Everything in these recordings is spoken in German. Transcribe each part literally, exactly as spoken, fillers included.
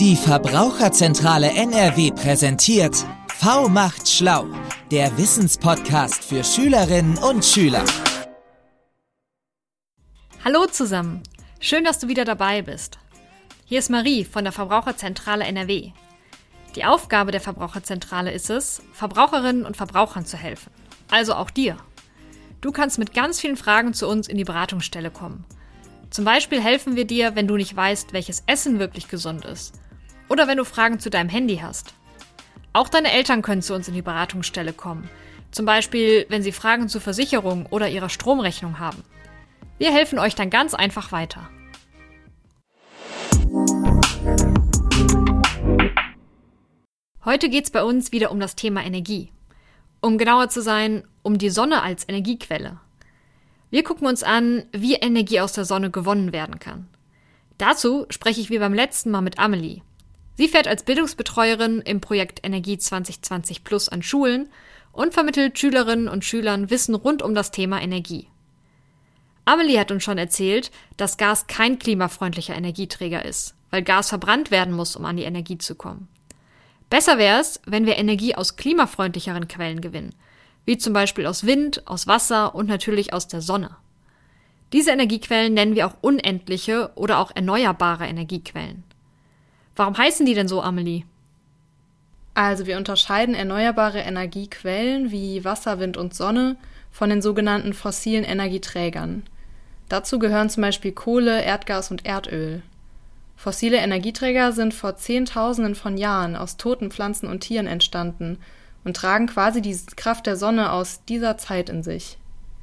Die Verbraucherzentrale N R W präsentiert V macht schlau, der Wissenspodcast für Schülerinnen und Schüler. Hallo zusammen, schön, dass du wieder dabei bist. Hier ist Marie von der Verbraucherzentrale N R W. Die Aufgabe der Verbraucherzentrale ist es, Verbraucherinnen und Verbrauchern zu helfen, also auch dir. Du kannst mit ganz vielen Fragen zu uns in die Beratungsstelle kommen. Zum Beispiel helfen wir dir, wenn du nicht weißt, welches Essen wirklich gesund ist. Oder wenn du Fragen zu deinem Handy hast. Auch deine Eltern können zu uns in die Beratungsstelle kommen. Zum Beispiel, wenn sie Fragen zur Versicherung oder ihrer Stromrechnung haben. Wir helfen euch dann ganz einfach weiter. Heute geht es bei uns wieder um das Thema Energie. Um genauer zu sein, um die Sonne als Energiequelle. Wir gucken uns an, wie Energie aus der Sonne gewonnen werden kann. Dazu spreche ich wie beim letzten Mal mit Amelie. Sie fährt als Bildungsbetreuerin im Projekt Energie zwanzig zwanzig Plus an Schulen und vermittelt Schülerinnen und Schülern Wissen rund um das Thema Energie. Amelie hat uns schon erzählt, dass Gas kein klimafreundlicher Energieträger ist, weil Gas verbrannt werden muss, um an die Energie zu kommen. Besser wäre es, wenn wir Energie aus klimafreundlicheren Quellen gewinnen, wie zum Beispiel aus Wind, aus Wasser und natürlich aus der Sonne. Diese Energiequellen nennen wir auch unendliche oder auch erneuerbare Energiequellen. Warum heißen die denn so, Amelie? Also wir unterscheiden erneuerbare Energiequellen wie Wasser, Wind und Sonne von den sogenannten fossilen Energieträgern. Dazu gehören zum Beispiel Kohle, Erdgas und Erdöl. Fossile Energieträger sind vor Zehntausenden von Jahren aus toten Pflanzen und Tieren entstanden und tragen quasi die Kraft der Sonne aus dieser Zeit in sich.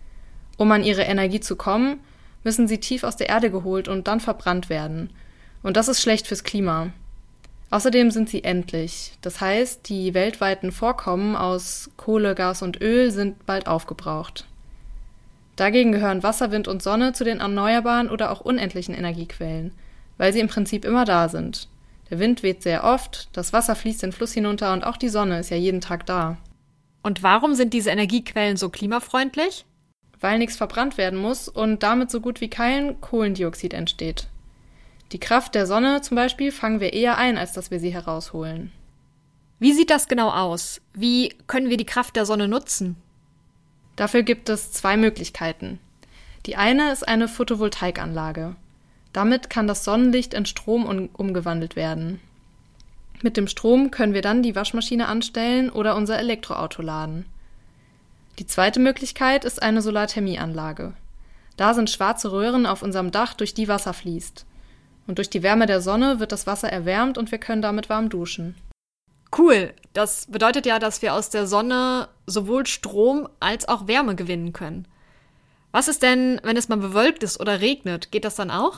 Um an ihre Energie zu kommen, müssen sie tief aus der Erde geholt und dann verbrannt werden. Und das ist schlecht fürs Klima. Außerdem sind sie endlich. Das heißt, die weltweiten Vorkommen aus Kohle, Gas und Öl sind bald aufgebraucht. Dagegen gehören Wasser, Wind und Sonne zu den erneuerbaren oder auch unendlichen Energiequellen, weil sie im Prinzip immer da sind. Der Wind weht sehr oft, das Wasser fließt den Fluss hinunter und auch die Sonne ist ja jeden Tag da. Und warum sind diese Energiequellen so klimafreundlich? Weil nichts verbrannt werden muss und damit so gut wie kein Kohlendioxid entsteht. Die Kraft der Sonne zum Beispiel fangen wir eher ein, als dass wir sie herausholen. Wie sieht das genau aus? Wie können wir die Kraft der Sonne nutzen? Dafür gibt es zwei Möglichkeiten. Die eine ist eine Photovoltaikanlage. Damit kann das Sonnenlicht in Strom um- umgewandelt werden. Mit dem Strom können wir dann die Waschmaschine anstellen oder unser Elektroauto laden. Die zweite Möglichkeit ist eine Solarthermieanlage. Da sind schwarze Röhren auf unserem Dach, durch die Wasser fließt. Und durch die Wärme der Sonne wird das Wasser erwärmt und wir können damit warm duschen. Cool, das bedeutet ja, dass wir aus der Sonne sowohl Strom als auch Wärme gewinnen können. Was ist denn, wenn es mal bewölkt ist oder regnet? Geht das dann auch?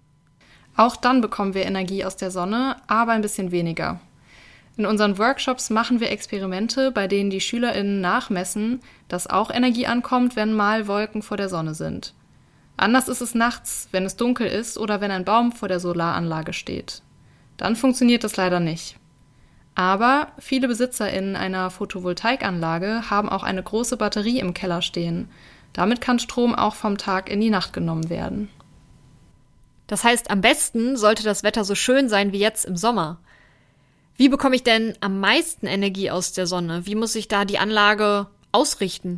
Auch dann bekommen wir Energie aus der Sonne, aber ein bisschen weniger. In unseren Workshops machen wir Experimente, bei denen die SchülerInnen nachmessen, dass auch Energie ankommt, wenn mal Wolken vor der Sonne sind. Anders ist es nachts, wenn es dunkel ist oder wenn ein Baum vor der Solaranlage steht. Dann funktioniert das leider nicht. Aber viele BesitzerInnen einer Photovoltaikanlage haben auch eine große Batterie im Keller stehen. Damit kann Strom auch vom Tag in die Nacht genommen werden. Das heißt, am besten sollte das Wetter so schön sein wie jetzt im Sommer. Wie bekomme ich denn am meisten Energie aus der Sonne? Wie muss ich da die Anlage ausrichten?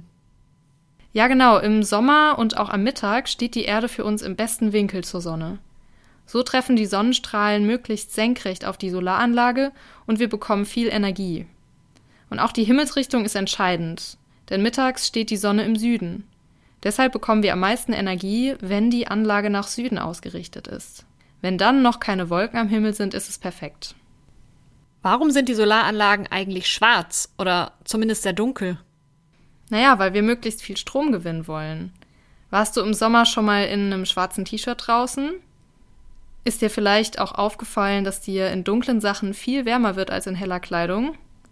Ja genau, im Sommer und auch am Mittag steht die Erde für uns im besten Winkel zur Sonne. So treffen die Sonnenstrahlen möglichst senkrecht auf die Solaranlage und wir bekommen viel Energie. Und auch die Himmelsrichtung ist entscheidend, denn mittags steht die Sonne im Süden. Deshalb bekommen wir am meisten Energie, wenn die Anlage nach Süden ausgerichtet ist. Wenn dann noch keine Wolken am Himmel sind, ist es perfekt. Warum sind die Solaranlagen eigentlich schwarz oder zumindest sehr dunkel? Naja, weil wir möglichst viel Strom gewinnen wollen. Warst du im Sommer schon mal in einem schwarzen T-Shirt draußen? Ist dir vielleicht auch aufgefallen, dass dir in dunklen Sachen viel wärmer wird als in heller Kleidung?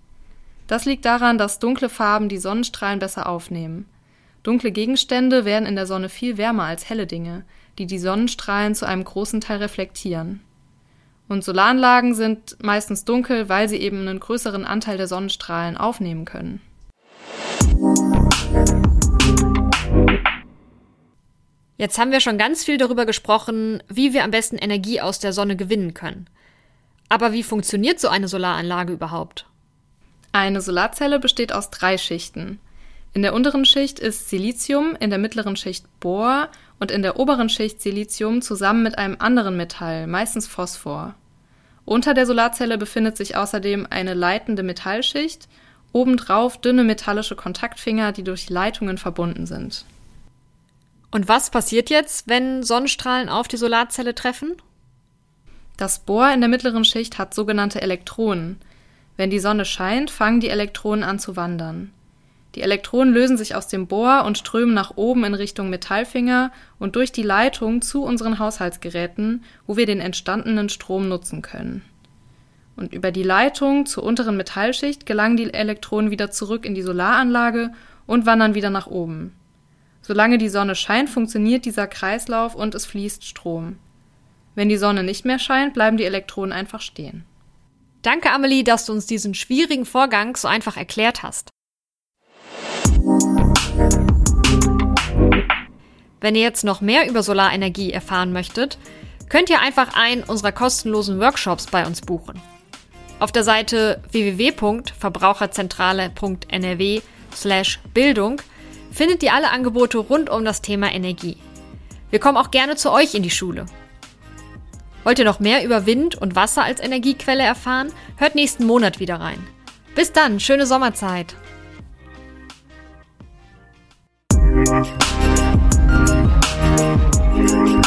Das liegt daran, dass dunkle Farben die Sonnenstrahlen besser aufnehmen. Dunkle Gegenstände werden in der Sonne viel wärmer als helle Dinge, die die Sonnenstrahlen zu einem großen Teil reflektieren. Und Solaranlagen sind meistens dunkel, weil sie eben einen größeren Anteil der Sonnenstrahlen aufnehmen können. Jetzt haben wir schon ganz viel darüber gesprochen, wie wir am besten Energie aus der Sonne gewinnen können. Aber wie funktioniert so eine Solaranlage überhaupt? Eine Solarzelle besteht aus drei Schichten. In der unteren Schicht ist Silizium, in der mittleren Schicht Bohr und in der oberen Schicht Silizium zusammen mit einem anderen Metall, meistens Phosphor. Unter der Solarzelle befindet sich außerdem eine leitende Metallschicht, obendrauf dünne metallische Kontaktfinger, die durch Leitungen verbunden sind. Und was passiert jetzt, wenn Sonnenstrahlen auf die Solarzelle treffen? Das Bohr in der mittleren Schicht hat sogenannte Elektronen. Wenn die Sonne scheint, fangen die Elektronen an zu wandern. Die Elektronen lösen sich aus dem Bohr und strömen nach oben in Richtung Metallfinger und durch die Leitung zu unseren Haushaltsgeräten, wo wir den entstandenen Strom nutzen können. Und über die Leitung zur unteren Metallschicht gelangen die Elektronen wieder zurück in die Solaranlage und wandern wieder nach oben. Solange die Sonne scheint, funktioniert dieser Kreislauf und es fließt Strom. Wenn die Sonne nicht mehr scheint, bleiben die Elektronen einfach stehen. Danke, Amelie, dass du uns diesen schwierigen Vorgang so einfach erklärt hast. Wenn ihr jetzt noch mehr über Solarenergie erfahren möchtet, könnt ihr einfach einen unserer kostenlosen Workshops bei uns buchen. Auf der Seite w w w punkt verbraucherzentrale punkt n r w slash Bildung findet ihr alle Angebote rund um das Thema Energie. Wir kommen auch gerne zu euch in die Schule. Wollt ihr noch mehr über Wind und Wasser als Energiequelle erfahren? Hört nächsten Monat wieder rein. Bis dann, schöne Sommerzeit! Thank you.